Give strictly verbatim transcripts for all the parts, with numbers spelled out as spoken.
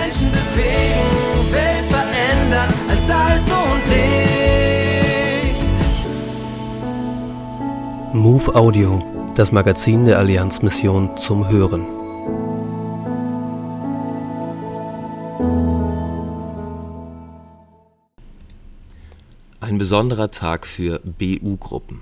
Menschen bewegen, Welt verändern als Salz und Licht. Move Audio, das Magazin der Allianzmission zum Hören. Ein besonderer Tag für B U-Gruppen.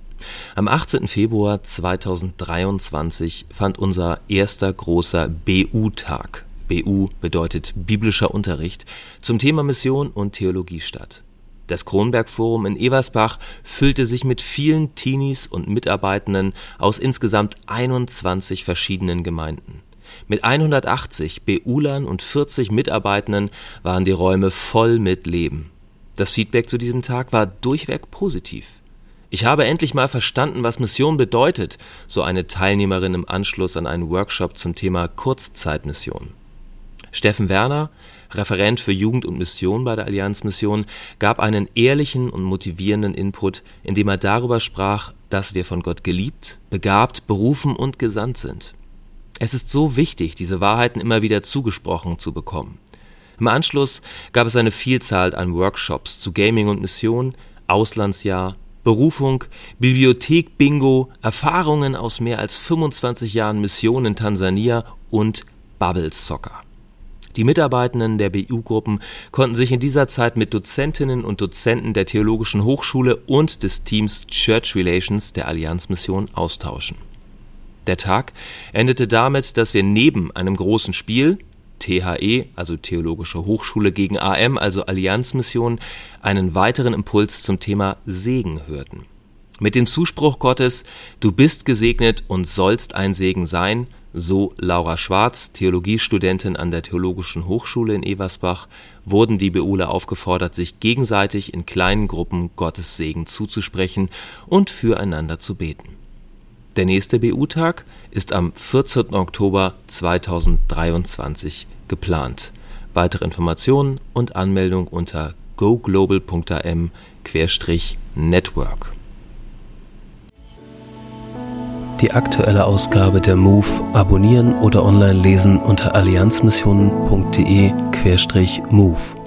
Am achtzehnten Februar zweitausenddreiundzwanzig fand unser erster großer B U-Tag, B U bedeutet biblischer Unterricht, zum Thema Mission und Theologie statt. Das Kronberg-Forum in Eversbach füllte sich mit vielen Teenies und Mitarbeitenden aus insgesamt einundzwanzig verschiedenen Gemeinden. Mit hundertachtzig BUlern und vierzig Mitarbeitenden waren die Räume voll mit Leben. Das Feedback zu diesem Tag war durchweg positiv. Ich habe endlich mal verstanden, was Mission bedeutet, so eine Teilnehmerin im Anschluss an einen Workshop zum Thema Kurzzeitmission. Steffen Werner, Referent für Jugend und Mission bei der Allianzmission, gab einen ehrlichen und motivierenden Input, indem er darüber sprach, dass wir von Gott geliebt, begabt, berufen und gesandt sind. Es ist so wichtig, diese Wahrheiten immer wieder zugesprochen zu bekommen. Im Anschluss gab es eine Vielzahl an Workshops zu Gaming und Mission, Auslandsjahr, Berufung, Bibliothek-Bingo, Erfahrungen aus mehr als fünfundzwanzig Jahren Mission in Tansania und Bubble Soccer. Die Mitarbeitenden der B U-Gruppen konnten sich in dieser Zeit mit Dozentinnen und Dozenten der Theologischen Hochschule und des Teams Church Relations der Allianzmission austauschen. Der Tag endete damit, dass wir neben einem großen Spiel, T H E, also Theologische Hochschule gegen A M, also Allianzmission, einen weiteren Impuls zum Thema Segen hörten. Mit dem Zuspruch Gottes, du bist gesegnet und sollst ein Segen sein, so Laura Schwarz, Theologiestudentin an der Theologischen Hochschule in Eversbach, wurden die BUler aufgefordert, sich gegenseitig in kleinen Gruppen Gottes Segen zuzusprechen und füreinander zu beten. Der nächste B U-Tag ist am vierzehnten Oktober zweitausenddreiundzwanzig geplant. Weitere Informationen und Anmeldung unter goglobal punkt a m slash network. Die aktuelle Ausgabe der Move abonnieren oder online lesen unter allianzmissionen punkt de slash move.